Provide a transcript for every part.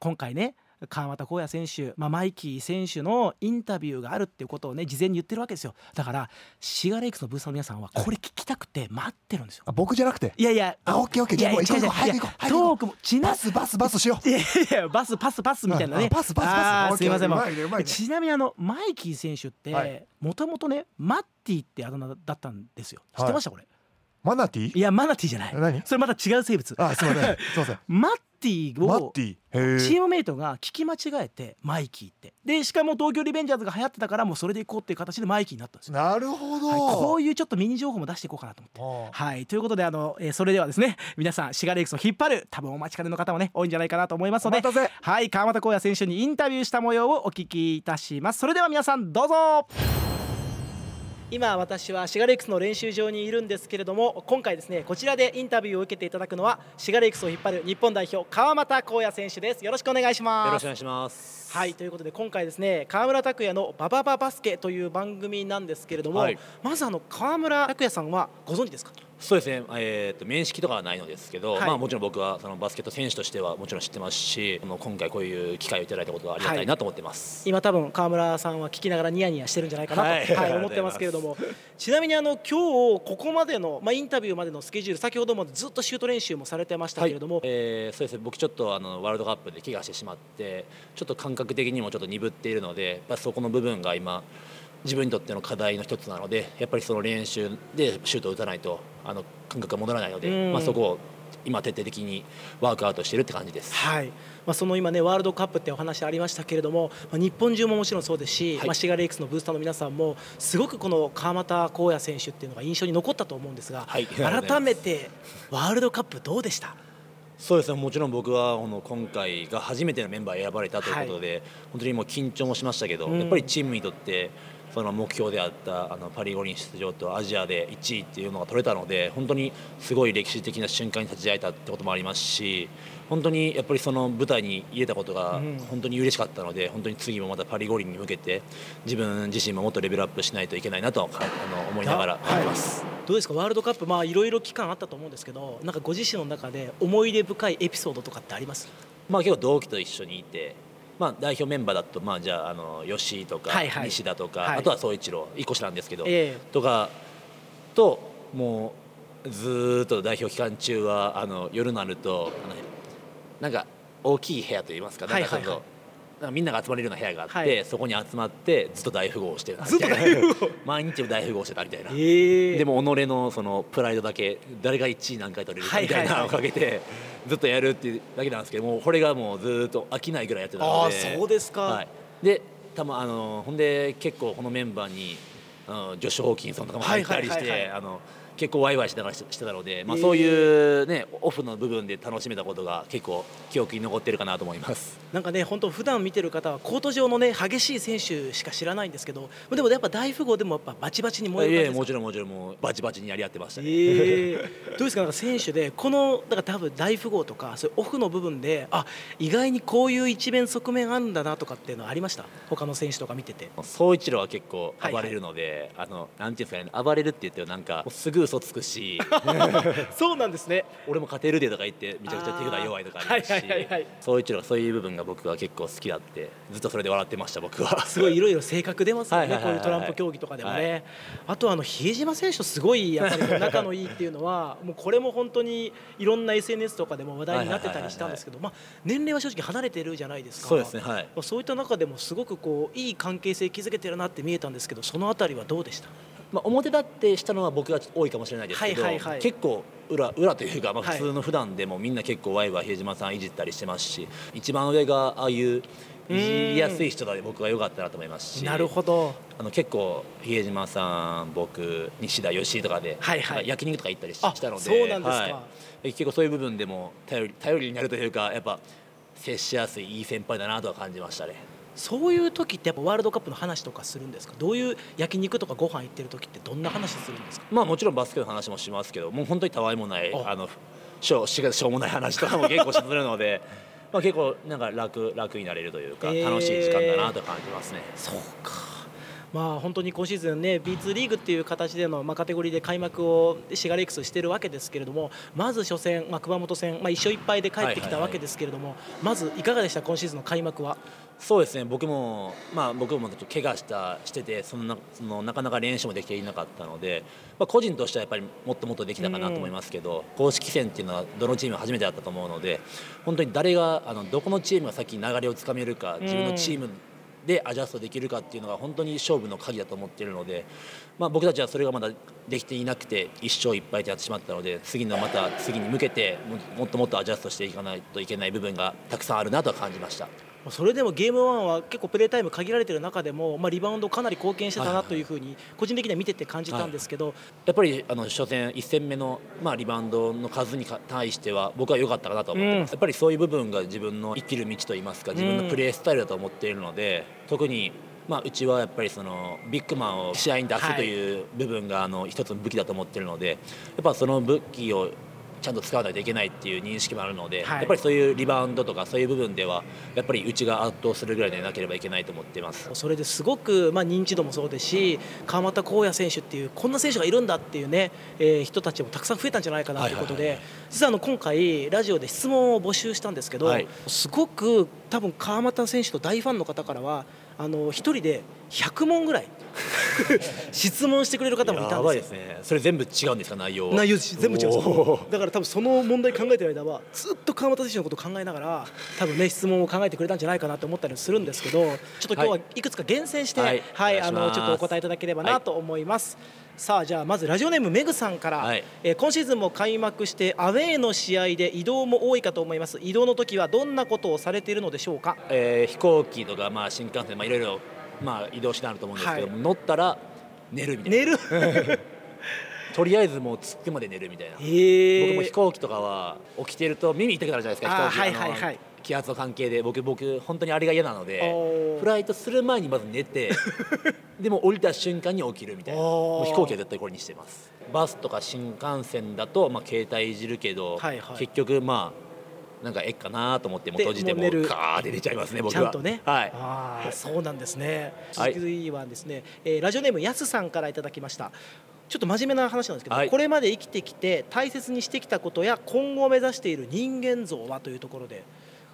今回ね川又浩也選手、マイキー選手のインタビューがあるっていうことをね事前に言ってるわけですよ。だからシガレイクスのブースの皆さんはこれ聞きたくて待ってるんですよ。 僕じゃなくて、 いやいや、 オッケーオッケー、じゃあもう行こう早く行こう、 トークもバスしよう。 いやいやバスみたいなね、 パスすいません。 うまいねちなみにマイキー選手ってもともとねマッティってあだ名だったんですよ。知ってましたこれ？ マナティ？ いやマナティじゃない。 何？ それまた違う生物。 すいませんマッティをチへーームメイトが聞き間違えてマイキーってで、しかも東京リベンジャーズが流行ってたからもうそれでいこうっていう形でマイキーになったんですよ。 なるほど、 こういうちょっとミニ情報も出していこうかなと思って、はい、ということでそれではですね、皆さんシガレイクスを引っ張る多分お待ちかねの方もね多いんじゃないかなと思いますので、 お待たせ。 はい、川又浩也選手にインタビューした模様をお聞きいたします。それでは皆さんどうぞ。今私はシガレイクスの練習場にいるんですけれども、今回ですねこちらでインタビューを受けていただくのはシガレイクスを引っ張る日本代表川又浩也選手です。よろしくお願いします。 よろしくお願いします。 はい、ということで今回ですね川村拓也のババババスケという番組なんですけれども、まず川村拓也さんはご存知ですか？ そうですね、面識とかはないのですけど、 はいもちろん僕はそのバスケット選手としてはもちろん知ってますし、今回こういう機会をいただいたことはありがたいなと思ってます。 今多分川村さんは聞きながらニヤニヤしてるんじゃないかなと、思ってますけれども、ちなみに今日ここまでの、インタビューまでのスケジュール、先ほどまでずっとシュート練習もされてましたけれども、 そうですね、僕ちょっとワールドカップで怪我してしまってちょっと感覚的にもちょっと鈍っているので、やっぱそこの部分が今自分にとっての課題の一つなので、やっぱりその練習でシュートを打たないと感覚が戻らないので、そこを今徹底的にワークアウトしているって感じです。 はい、その今ねワールドカップってお話ありましたけれども、日本中ももちろんそうですし、シガレイクスのブースターの皆さんもすごくこの川又浩也選手っていうのが印象に残ったと思うんですが、改めてワールドカップどうでした？ そうですね、もちろん僕は今回が初めてのメンバーに選ばれたということで、本当にもう緊張もしましたけど、やっぱりチームにとってその目標であったパリ五輪出場とアジアで1位っていうのが取れたので、本当にすごい歴史的な瞬間に立ち会えたってこともありますし、本当にやっぱりその舞台に入れたことが本当に嬉しかったので、本当に次もまたパリ五輪に向けて自分自身ももっとレベルアップしないといけないなと思いながら思います。 どうですか、ワールドカップいろいろ期間あったと思うんですけど、なんかご自身の中で思い出深いエピソードとかってあります？ 結構同期と一緒にいて、代表メンバーだとじゃあ吉井とか西田とか、あとは宗一郎1個下なんですけど、とかともうずっと代表期間中は夜になるとなんか大きい部屋といいますか、なんかなんかみんなが集まれるような部屋があって、そこに集まってずっと大富豪をしてたみたいな毎日大富豪をしてたみたいな、でも己のそのプライドだけ誰が1位何回取れるかみたいなのをかけてずっとやるっていうだけなんですけども、これがもうずっと飽きないぐらいやってたので。 そうですか。 でほんで結構このメンバーにジョシュ・ホーキンソンとかも入ったりして結構ワイワイしながらしてたので、そういうねオフの部分で楽しめたことが結構記憶に残ってるかなと思います。 なんかね本当普段見てる方はコート上のね激しい選手しか知らないんですけど、でもやっぱ大富豪でもやっぱバチバチに燃える感じですか？ もちろんもうバチバチにやり合ってましたね。 どうですか、なんか選手でこのだから多分大富豪とかそういうオフの部分で意外にこういう一面側面あるんだなとかっていうのはありました？他の選手とか見てて。 宗一郎は結構暴れるので、なんていうんですかね、暴れるって言ってなんかすぐ嘘つくしそうなんですね。 俺も勝てるでとか言ってめちゃくちゃ手札弱いとかありますし、宗一郎はそういう部分が僕は結構好きだってずっとそれで笑ってました。僕はすごいいろいろ性格出ますよね、こういうトランプ競技とかでもね。あと比江島選手とすごいやっぱり仲のいいっていうのはもうこれも本当にいろんな SNS とかでも話題になってたりしたんですけど、年齢は正直離れてるじゃないですか。 そうですね、はい。 そういった中でもすごくいい関係性築けてるなって見えたんですけど、そのあたりはどうでした？ 表立ってしたのは僕が多いかもしれないですけど、結構裏というか、普通の普段でもみんな結構ワイワイ比江島さんいじったりしてますし、一番上がああいういじりやすい人で僕は良かったなと思いますし。 なるほど。 結構比江島さん、僕、西田、吉井とかで、焼肉とか行ったりしたので、 そうなんですか。 結構そういう部分でも頼りになるというか、やっぱ接しやすいいい先輩だなとは感じましたね。 そういう時ってやっぱワールドカップの話とかするんですか？どういう焼肉とかご飯行ってる時ってどんな話するんですか？ もちろんバスケの話もしますけど、もう本当にたわいもないしょうもない話とかも結構するので結構なんか楽になれるというか、楽しい時間だなと感じますね。 そうか。 まあ、本当に今シーズンね B2 リーグっていう形でのカテゴリーで開幕をシガレイクスしているわけですけれども、まず初戦、熊本戦、1勝1敗で帰ってきたわけですけれども、まずいかがでした今シーズンの開幕は。 そうですね、僕もちょっと怪我しててなかなか練習もできていなかったので、個人としてはやっぱりもっともっとできたかなと思いますけど、公式戦っていうのはどのチームも初めてだったと思うので、本当にどこのチームが先に流れをつかめるか、自分のチームでアジャストできるかっていうのが本当に勝負の鍵だと思っているので、僕たちはそれがまだできていなくて1勝1敗とやってしまったので、次に向けてもっともっとアジャストしていかないといけない部分がたくさんあるなとは感じました。 それでもゲーム1は結構プレータイム限られている中でも、リバウンドかなり貢献してたなというふうに個人的には見てて感じたんですけど、 やっぱり初戦1戦目のリバウンドの数に対しては僕は良かったかなと思ってます。やっぱりそういう部分が自分の生きる道といいますか、自分のプレースタイルだと思っているので、特にうちはやっぱりビッグマンを試合に出すという部分が一つの武器だと思っているので、やっぱその武器をちゃんと使わないといけないっていう認識もあるので、やっぱりそういうリバウンドとかそういう部分ではやっぱりうちが圧倒するぐらいでなければいけないと思っています。 それですごく認知度もそうですし、川又浩也選手っていうこんな選手がいるんだっていうね、人たちもたくさん増えたんじゃないかなということで、実は今回ラジオで質問を募集したんですけど、すごく多分川又選手と大ファンの方からは一人で100問ぐらい質問してくれる方もいたんですよ。やばいですね。それ全部違うんですか、内容全部違うんですよ。だから多分その問題考えてる間はずっと川又選手のことを考えながら多分ね質問を考えてくれたんじゃないかなと思ったりするんですけど、ちょっと今日はいくつか厳選して、ちょっとお答えいただければなと思います。さあ、じゃあまずラジオネームメグさんから、今シーズンも開幕してアウェーの試合で移動も多いかと思います。移動の時はどんなことをされているのでしょうか。 飛行機とか新幹線いろいろ移動手段あると思うんですけども、乗ったら寝るみたいな。とりあえずもう着くまで寝るみたいな。僕も飛行機とかは起きてると耳痛くなるじゃないですか、飛行機気圧の関係で。僕本当にあれが嫌なので、フライトする前にまず寝てでも降りた瞬間に起きるみたいな。もう飛行機は絶対これにしてます。バスとか新幹線だと携帯いじるけど、結局なんかかなと思っても閉じてもガーって出ちゃいますね、僕は。 ちゃんとね。そうなんですね。次はですね、ラジオネームやすさんからいただきました。ちょっと真面目な話なんですけど、これまで生きてきて大切にしてきたことや今後目指している人間像はというところで、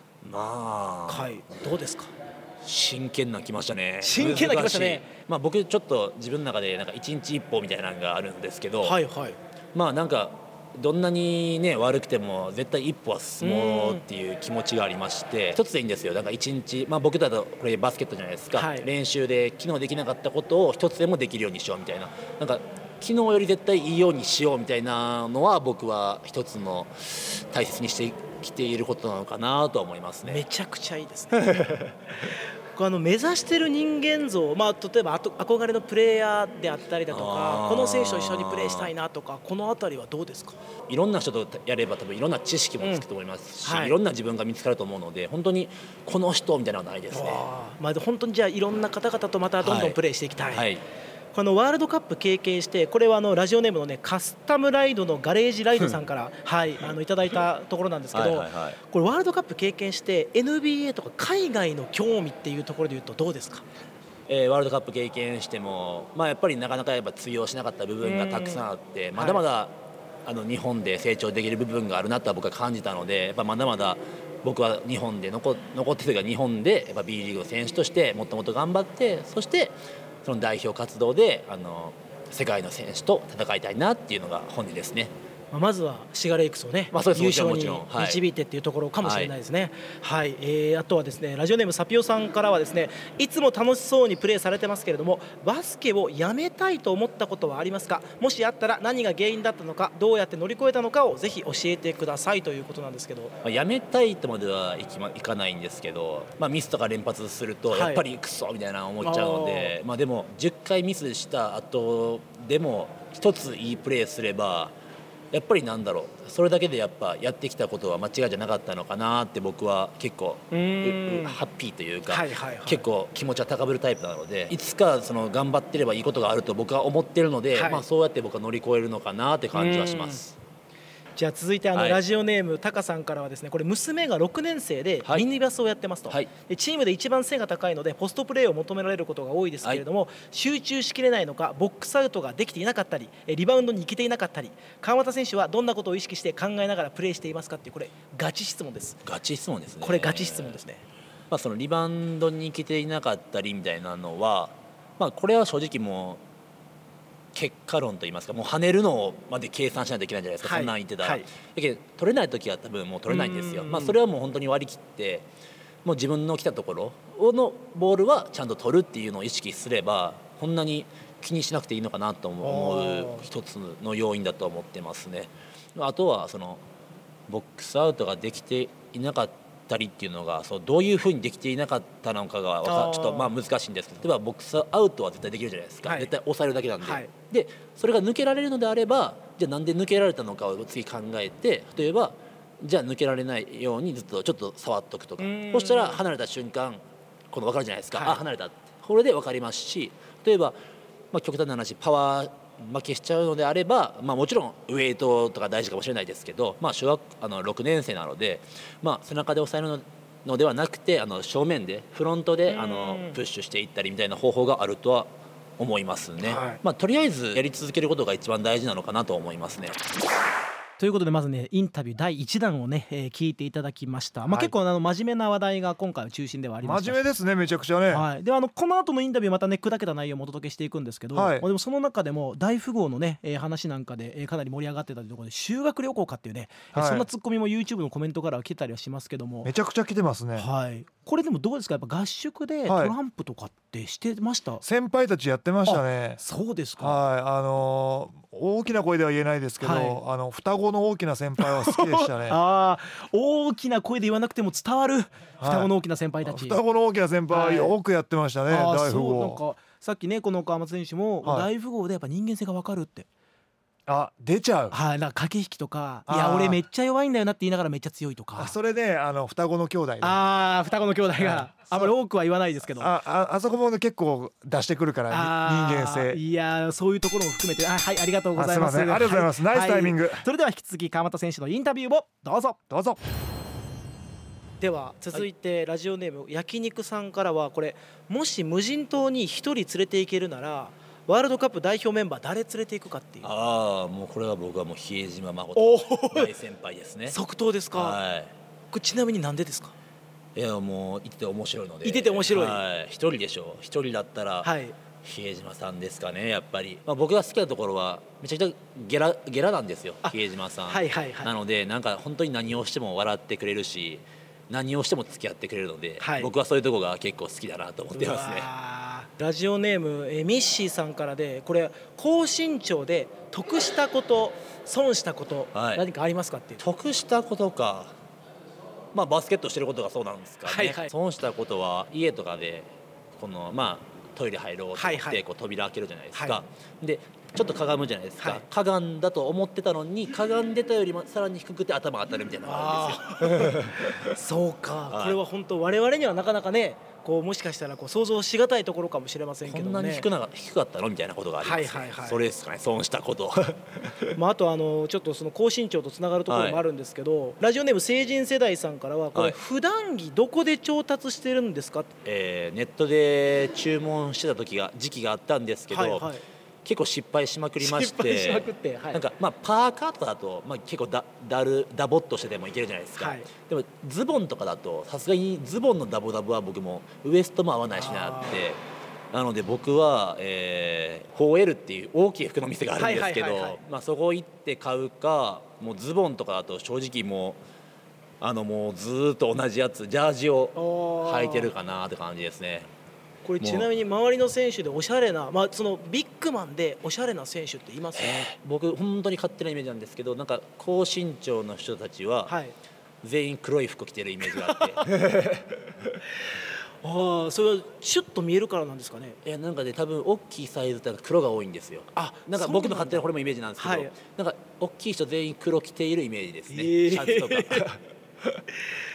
どうですか。 真剣なきましたね。 真剣なきましたね。 僕ちょっと自分の中でなんか一日一歩みたいなのがあるんですけど、なんかどんなにね悪くても絶対一歩は進もうっていう気持ちがありまして、一つでいいんですよ。なんか一日、僕だとこれバスケットじゃないですか、練習で昨日できなかったことを一つでもできるようにしようみたいな、なんか昨日より絶対いいようにしようみたいなのは僕は一つの大切にしてきていることなのかなと思いますね。 めちゃくちゃいいですね。目指している人間像、例えば憧れのプレーヤーであったりだとか、この選手と一緒にプレーしたいなとか、このあたりはどうですか。 いろんな人とやれば多分いろんな知識もつくと思いますし、いろんな自分が見つかると思うので、本当にこの人みたいなのはないですね。 本当にじゃあいろんな方々とまたどんどんプレーしていきたい。このワールドカップ経験して、これはラジオネームのねカスタムライドのガレージライドさんからいただいたところなんですけど、これワールドカップ経験して NBA とか海外の興味っていうところでいうとどうですか。 ワールドカップ経験しても、やっぱりなかなか通用しなかった部分がたくさんあって、まだまだ日本で成長できる部分があるなとは僕は感じたので、やっぱまだまだ僕は日本で残ってるが日本でやっぱ B リーグの選手としてもっともっと頑張って、そしてその代表活動で世界の選手と戦いたいなっていうのが本音ですね。 まずはシガレイクスをね、優勝に導いてっていうところかもしれないですね。あとはですね、ラジオネームサピオさんからはですね、いつも楽しそうにプレーされてますけれども、バスケをやめたいと思ったことはありますか。もしあったら何が原因だったのか、どうやって乗り越えたのかをぜひ教えてくださいということなんですけど。 やめたいとまではいかないんですけど、ミスとか連発するとやっぱりクソみたいな思っちゃうので、でも10回ミスした後でも一ついいプレーすれば、やっぱりそれだけでやってきたことは間違いじゃなかったのかなって僕は結構ハッピーというか、結構気持ちは高ぶるタイプなので、いつか頑張ってればいいことがあると僕は思ってるので、そうやって僕は乗り越えるのかなって感じはします。 じゃあ続いてラジオネームタカさんからはですね、これ娘が6年生でミニバスをやってますと、でチームで一番背が高いのでポストプレーを求められることが多いですけれども、集中しきれないのかボックスアウトができていなかったりリバウンドに行けていなかったり、川又選手はどんなことを意識して考えながらプレーしていますかっていう、これガチ質問です。 ガチ質問ですね。 これガチ質問ですね。 そのリバウンドに行けていなかったりみたいなのは、これは正直もう結果論といいますか、もう跳ねるのまで計算しないといけないじゃないですか、そんなん言ってたら、だけど取れない時は多分もう取れないんですよ。それはもう本当に割り切って、もう自分の来たところのボールはちゃんと取るっていうのを意識すれば、こんなに気にしなくていいのかなと思う一つの要因だと思ってますね。あとはそのボックスアウトができていなかったりっていうのが、どういうふうにできていなかったのかがちょっと難しいんですけど、例えばボックスアウトは絶対できるじゃないですか、絶対抑えるだけなんで、でそれが抜けられるのであれば、じゃあなんで抜けられたのかを次考えて、例えばじゃあ抜けられないようにずっとちょっと触っとくとか、そしたら離れた瞬間この分かるじゃないですか、あ離れた、これで分かりますし、例えば、極端な話パワー負けしちゃうのであれば、もちろんウエイトとか大事かもしれないですけど、小学6年生なので、背中で抑えるのではなくて正面でフロントでプッシュしていったりみたいな方法があるとは思いますね。とりあえずやり続けることが一番大事なのかなと思いますね。 ということで、まずねインタビュー第1弾をね、聞いていただきました。結構真面目な話題が今回は中心ではありました。 真面目ですね、めちゃくちゃね。 でこの後のインタビューまたね砕けた内容もお届けしていくんですけど、でもその中でも大富豪のね話なんかでかなり盛り上がってたというところで、修学旅行かっていうね、そんなツッコミも YouTube のコメントからは来たりはしますけども、 めちゃくちゃ来てますね。 これでもどうですか、やっぱ合宿でトランプとかってしてました？ 先輩たちやってましたね。 そうですか。 大きな声では言えないですけど、双子の大きな先輩は好きでしたね。 大きな声で言わなくても伝わる双子の大きな先輩たち、 双子の大きな先輩はよくやってましたね、大富豪。 なんかさっきねこの川松選手も大富豪でやっぱ人間性が分かるって、 出ちゃう。 なんか駆け引きとか、いや俺めっちゃ弱いんだよなって言いながらめっちゃ強いとか、 それで双子の兄弟で、 双子の兄弟があまり多くは言わないですけど、 あそこも結構出してくるから人間性、 いやそういうところも含めて、ありがとうございます。 ありがとうございます、ナイスタイミング。 それでは引き続き川又選手のインタビューをどうぞ。では続いてラジオネーム焼肉さんからは、これもし無人島に1人連れて行けるならワールドカップ代表メンバー誰連れていくかっていう。 もうこれは僕はもう比江島誠大先輩ですね。 即答ですか。これちなみになんでですか？ いやもういてて面白いので。 いてて面白い。 一人でしょ。一人だったら比江島さんですかね、やっぱり。僕が好きなところはめちゃくちゃゲラなんですよ、比江島さん。なのでなんか本当に何をしても笑ってくれるし、何をしても付き合ってくれるので、僕はそういうところが結構好きだなと思ってますね。 ラジオネームミッシーさんからで、これ高身長で得したこと損したこと、何かありますかっていう。 得したことか、バスケットしてることがそうなんですかね。損したことは家とかでこのトイレ入ろうと思って扉開けるじゃないですか、でちょっとかがむじゃないですか、かがんだと思ってたのにかがんでたよりもさらに低くて頭当たるみたいなのがあるんですよ。 そうか、これは本当我々にはなかなかねもしかしたら想像しがたいところかもしれませんけどね。 こんなに低かったのみたいなことがあります、それですかね、損したことあとちょっとその高身長とつながるところもあるんですけど、ラジオネーム成人世代さんからはこれ普段着どこで調達してるんですか？ ネットで注文してた時期があったんですけど、結構失敗しまくりまして、なんかパーカーとかだと結構ダボっとしててもいけるじゃないですか、でもズボンとかだとさすがにズボンのダボダボは僕もウエストも合わないしなって、なので僕は、4L っていう大きい服の店があるんですけど、そこ行って買うか、もうズボンとかだと正直もうずっと同じやつジャージを履いてるかなって感じですね。 これちなみに周りの選手でおしゃれな、そのビッグマンでおしゃれな選手っています？ 僕本当に勝手なイメージなんですけど、なんか高身長の人たちは全員黒い服着てるイメージがあってそれはシュッと見えるからなんですかね。 なんかね、多分大きいサイズって黒が多いんですよ。なんか僕の勝手なこれもイメージなんですけど、なんか大きい人全員黒着ているイメージですね、シャツとか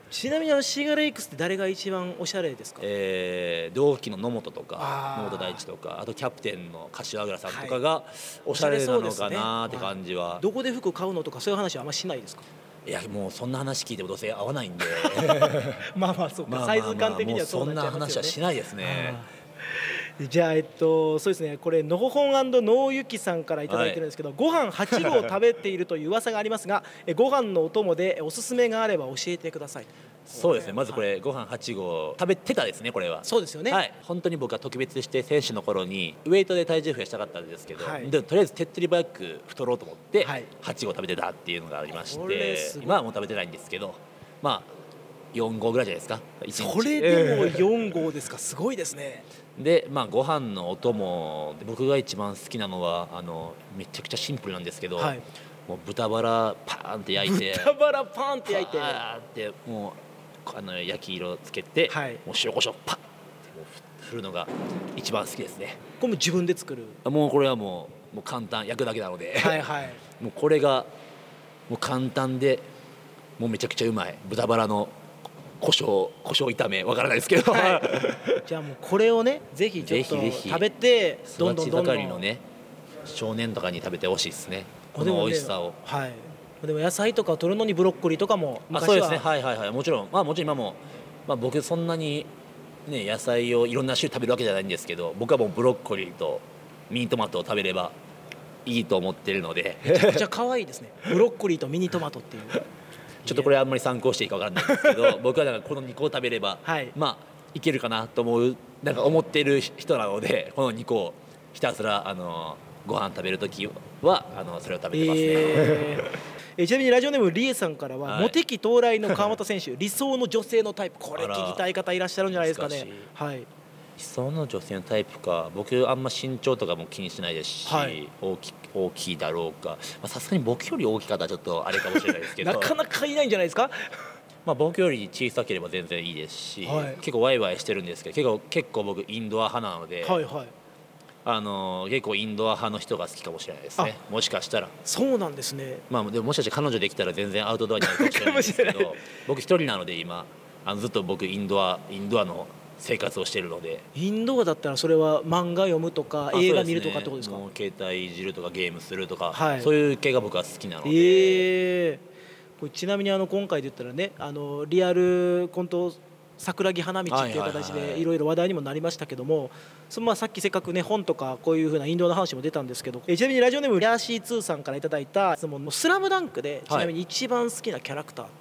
ちなみにシガレイクスって誰が一番おしゃれですか？ 同期の野本とか野本大地とか、あとキャプテンの柏倉さんとかがおしゃれなのかなって感じは。 どこで服買うのとかそういう話はあんましないですか？ いやもうそんな話聞いてもどうせ合わないんでまあまあそうか、サイズ感的にはそうなっちゃいますよね。 そんな話はしないですね。 じゃあそうですね、これのほほん&のうゆきさんからいただいてるんですけど、ご飯8合食べているという噂がありますが、ご飯のお供でおすすめがあれば教えてください。 そうですね、まずこれご飯8合食べてたですね。これはそうですよね。 はい、本当に僕は特別して選手の頃にウェイトで体重増やしたかったんですけど、でとりあえず手っ取り早く太ろうと思って8合食べてたっていうのがありまして、今はもう食べてないんですけど、まあ4合ぐらいじゃないですか。 それでも4合ですか。すごいですね。 でまあご飯のお供で僕が一番好きなのはめちゃくちゃシンプルなんですけど、もう豚バラパーンって焼いて、 豚バラパーンって焼いて、 でもう焼き色つけて、もう塩コショウパッって振るのが一番好きですね。 これも自分で作る？ もうこれはもう簡単、焼くだけなのでもうこれがもう簡単でもうめちゃくちゃうまい豚バラの胡椒炒め、わからないですけど、 じゃあもうこれをね、ぜひちょっと食べて、 どんどん育ち盛りのね少年とかに食べてほしいですね、この美味しさを。 でも野菜とかを取るのにブロッコリーとかも昔は。 そうですね、はいはいはい、もちろん今も、僕そんなにね野菜をいろんな種類食べるわけじゃないんですけど、僕はもうブロッコリーとミニトマトを食べればいいと思ってるので。 めちゃくちゃ可愛いですね。ブロッコリーとミニトマトっていう。 ちょっとこれあんまり参考していいか分からないんですけど僕はなんかこの2個を食べれば、まあいけるかなと思っている人なので、この2個をひたすらご飯食べるときはそれを食べてますね。 ちなみにラジオネームリエさんからは、モテ期到来の川又選手理想の女性のタイプ、これ聞きたい方いらっしゃるんじゃないですかね。 理想の女性のタイプか、僕あんま身長とかも気にしないですし、大きいだろうか、さすがに僕より大きかったらちょっとあれかもしれないですけどなかなかいないんじゃないですか。 僕より小さければ全然いいですし、結構ワイワイしてるんですけど、結構僕インドア派なので、結構インドア派の人が好きかもしれないですね。もしかしたら。 そうなんですね。 でももしかして彼女できたら全然アウトドアになるかもしれないですけど僕一人なので今ずっと僕インドアの生活をしているので。 インドアだったらそれは漫画読むとか映画見るとかってことですか？ もう携帯いじるとかゲームするとか、そういう系が僕は好きなので。 これちなみに今回で言ったらね、リアルコント桜木花道っていう形でいろいろ話題にもなりましたけども、さっきせっかくね本とかこういう風なインドアの話も出たんですけど、ちなみにラジオネームヤーシー2さんからいただいた質問のスラムダンクでちなみに一番好きなキャラクターって、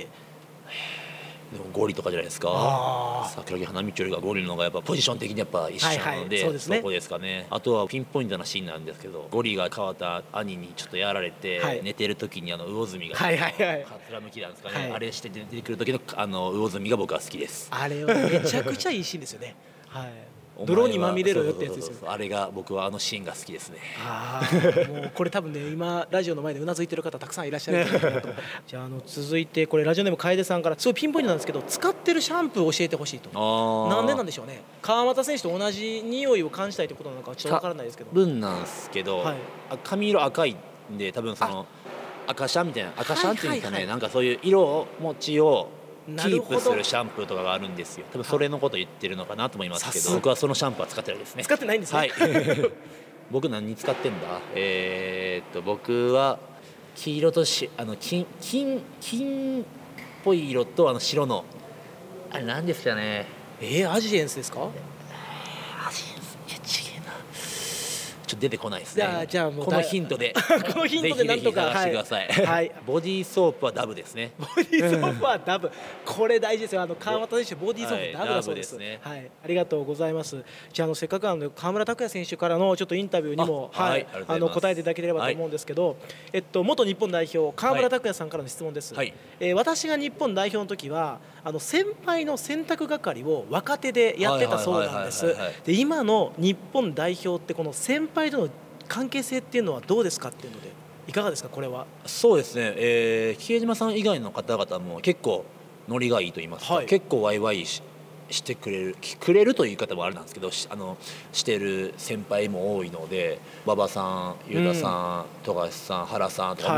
でもゴリとかじゃないですか。桜木花道よりがゴリの方がやっぱポジション的にやっぱ一緒なので、そこですかね。あとはピンポイントなシーンなんですけど、ゴリが川田兄にちょっとやられて、寝てる時に魚住がかつらむきなんですかね、あれして出てくる時の魚住が僕は好きです。 あれはめちゃくちゃいいシーンですよね。泥にまみれろよってやつですよ。 あれが僕はシーンが好きですね。 もうこれ多分ね今ラジオの前でうなずいてる方たくさんいらっしゃると思うとじゃあ続いてこれラジオネーム楓さんからすごいピンポイントなんですけど、使ってるシャンプーを教えてほしいと。なんでなんでしょうね。川又選手と同じ匂いを感じたいということなのかちょっとわからないですけど。 分なんですけど、髪色赤いんで多分赤シャンみたいな、赤シャンっていうんですかね、なんかそういう色持ちをキープするシャンプーとかがあるんですよ。多分それのこと言ってるのかなと思いますけど、僕はそのシャンプーは使ってないですね。 使ってないんですね。 僕何に使ってんだ。僕は黄色と金っぽい色と白のあれ何ですかね。 アジエンスですか？ アジエンス違えな。ちょっと出てこないですね。 じゃあもうこのヒントでこのヒントでなんとかぜひ探してください。ボディーソープはダブですね。 ボディーソープはダブ、これ大事ですよ。川又選手ボディーソープダブだそうです。ありがとうございます。じゃあせっかく河村拓哉選手からのちょっとインタビューにも答えていただければと思うんですけど、元日本代表川村拓哉さんからの質問です。私が日本代表の時は先輩の洗濯係を若手でやってたそうなんです。で今の日本代表ってこの先輩との関係性っていうのはどうですかっていうのでいかがですか。これはそうですね、比江島さん以外の方々も結構ノリがいいと言いますか、結構ワイワイしてくれるという言い方もあれなんですけど、してる先輩も多いので、馬場さん、雄田さん、富樫さん、原さんとかも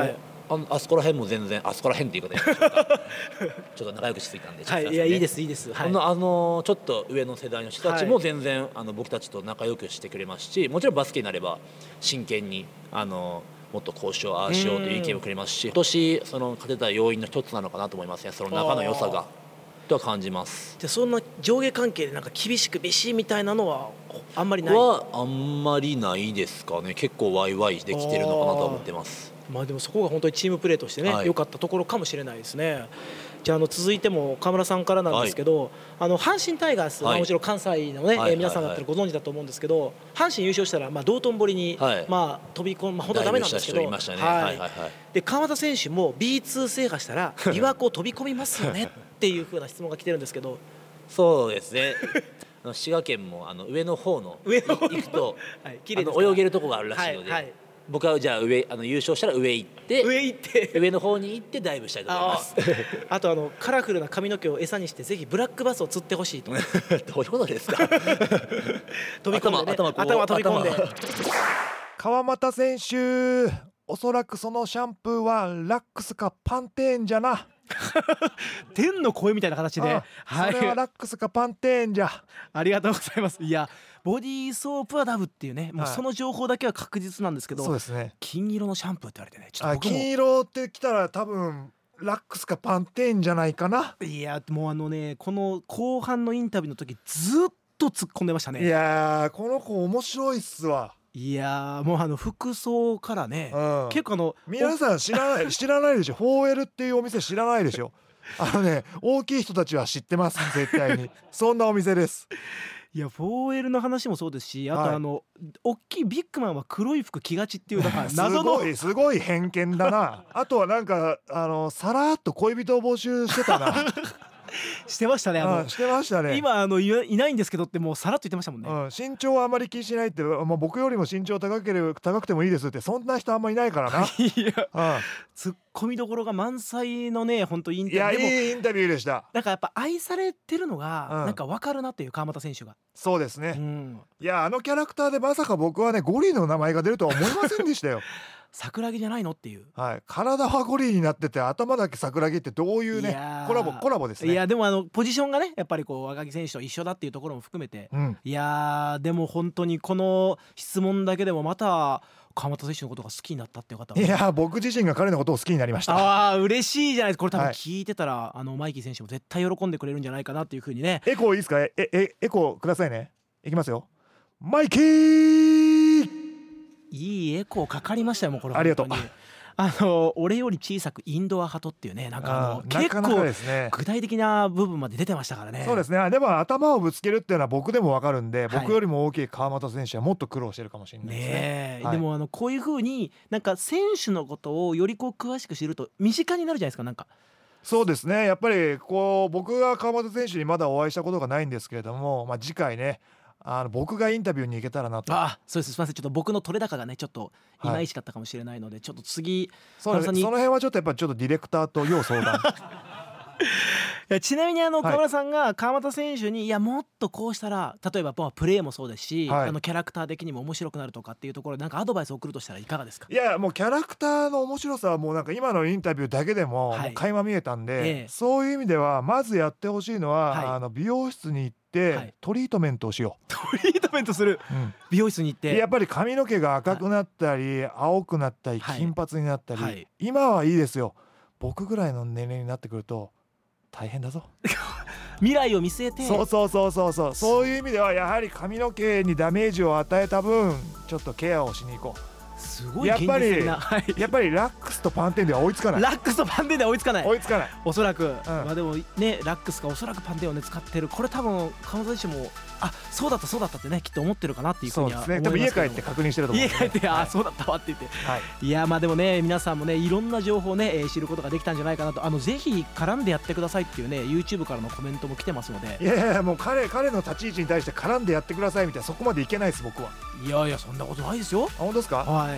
あそこら辺も全然あそこら辺っていう言い方やりましょうかちょっと仲良くしすぎたんで、 はい、いやいいですいいです、はい、 ちょっと上の世代の人たちも全然、僕たちと仲良くしてくれますし、もちろんバスケになれば真剣にもっとこうしようああしようという意見をくれますし、今年勝てた要因の一つなのかなと思いますね、その仲の良さがとは感じます。 でそんな上下関係でなんか厳しくビシみたいなのはあんまりないあんまりないですかね。結構ワイワイできてるのかなと思ってます。 まあでもそこが本当にチームプレーとしてね、良かったところかもしれないですね。じゃあ続いても川村さんからなんですけど、阪神タイガース、もちろん関西のね、皆さんだったらご存知だと思うんですけど、阪神優勝したら道頓堀に飛び込む、本当はダメなんですけど、で川田選手も B2 制覇したら琵琶湖飛び込みますよねっていう風な質問が来てるんですけど。 そうですね滋賀県も上の方の行くと泳げるとこがあるらしいので、僕はじゃあ優勝したら上行って上の方に行ってダイブしたいと思いますあとカラフルな髪の毛を餌にしてぜひブラックバスを釣ってほしいとどういうことですか飛び込んで、ね、頭飛び込んで川又選手、おそらくそのシャンプーはラックスかパンテーンじゃな天の声みたいな形で、 それはラックスかパンテーンじゃ。 ありがとうございます。いやボディーソープはダブっていうね、もうその情報だけは確実なんですけど、 そうですね、 金色のシャンプーって言われてね、ちょっと僕も金色ってきたら多分ラックスかパンテーンじゃないかな。 いやもうこの後半のインタビューの時ずっと突っ込んでましたね。 いやこの子面白いっすわ。 いやもう服装からね、結構皆さん知らないでしょ4L っていうお店知らないでしょ大きい人たちは知ってます絶対にそんなお店です。 いや 4L の話もそうですし、あと大きいビッグマンは黒い服着がちっていうだから謎のすごい偏見だなあとはなんかさらっと恋人を募集してたなしてましたね。 してましたね。 今いないんですけどってもうさらっと言ってましたもんね。 身長はあまり気にしないって、僕よりも身長高くてもいいですって、そんな人あんまりいないからな。いや、ツッコミどころが満載のね、本当インタビュー。 いやいいインタビューでした。 なんかやっぱ愛されてるのがなんか分かるなっていう、川又選手が。 そうですね、いやキャラクターでまさか僕はねゴリの名前が出るとは思いませんでしたよ桜木じゃないのっていう、 体はゴリになってて頭だけ桜木ってどういうねコラボですね。 いやでもポジションがねやっぱり赤木選手と一緒だっていうところも含めて、いやでも本当にこの質問だけでもまた川又選手のことが好きになったっていう方は、 いや僕自身が彼のことを好きになりました。 ああ嬉しいじゃないですか。これ多分聞いてたら、マイキー選手も絶対喜んでくれるんじゃないかなっていう風にね。 エコーいいですか？エコーくださいね。いきますよ。マイキー、 いいエコーかかりましたよ。もうこれありがとう。 俺より小さくインドア派とっていうね、なんか結構具体的な部分まで出てましたからね。 そうですね。でも頭をぶつけるっていうのは僕でも分かるんで、僕よりも大きい川又選手はもっと苦労してるかもしれないですね。 でもこういう風になんか選手のことをより詳しく知ると身近になるじゃないですか。なんかそうですね。やっぱり僕が川又選手にまだお会いしたことがないんですけれども、次回ね僕がインタビューに行けたらなと。 そうです。すみません、ちょっと僕の取れ高がねちょっといまいちだったかもしれないので、ちょっと次その辺はちょっとやっぱちょっとディレクターと要相談いやちなみに川村さんが川又選手に、いやもっとこうしたら例えばプレーもそうですし、キャラクター的にも面白くなるとかっていうところでなんかアドバイスを送るとしたらいかがですか？ いやもうキャラクターの面白さはもうなんか今のインタビューだけでも垣間見えたんで、そういう意味ではまずやってほしいのは、美容室に行ってトリートメントをしよう。 トリートメントする、美容室に行ってやっぱり髪の毛が赤くなったり、青くなったり、金髪になったり、今はいいですよ。僕ぐらいの年齢になってくると大変だぞ未来を見据えて。 そういう意味ではやはり髪の毛にダメージを与えた分ちょっとケアをしに行こう。 すごい現実的な。 やっぱりラックスとパンテーンでは追いつかない。 ラックスとパンテーンでは追いつかない。おそらく、でもねラックスがおそらくパンテーンを使ってる。これ多分川又選手もそうだったってねきっと思ってるかなっていうふうには思いますけど。 でも家帰って確認してると思う。 家帰ってそうだったわって言って、いやでもね皆さんもねいろんな情報をね知ることができたんじゃないかなと。ぜひ絡んでやってくださいっていうね YouTube からのコメントも来てますので。 いやもう彼の立ち位置に対して絡んでやってくださいみたいな、そこまでいけないです僕は。 いやそんなことないですよ。 本当ですか？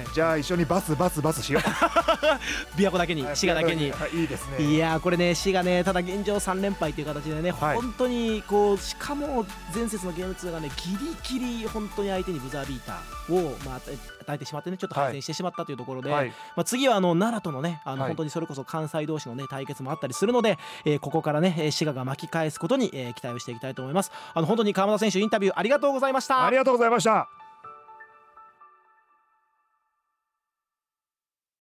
じゃあ一緒にバスしよう琵琶湖だけに、滋賀だけに、 いいですね。 いやこれね、滋賀ね、ただ現状3連敗という形でね、本当にこう、しかも前節のゲーム2がね、ギリギリ本当に相手にブザービーターを与えてしまってね、ちょっと敗戦してしまったというところで、次は奈良とのね、本当にそれこそ関西同士のね対決もあったりするので、ここからね滋賀が巻き返すことに期待をしていきたいと思います。本当に川又選手、インタビューありがとうございました。 ありがとうございました。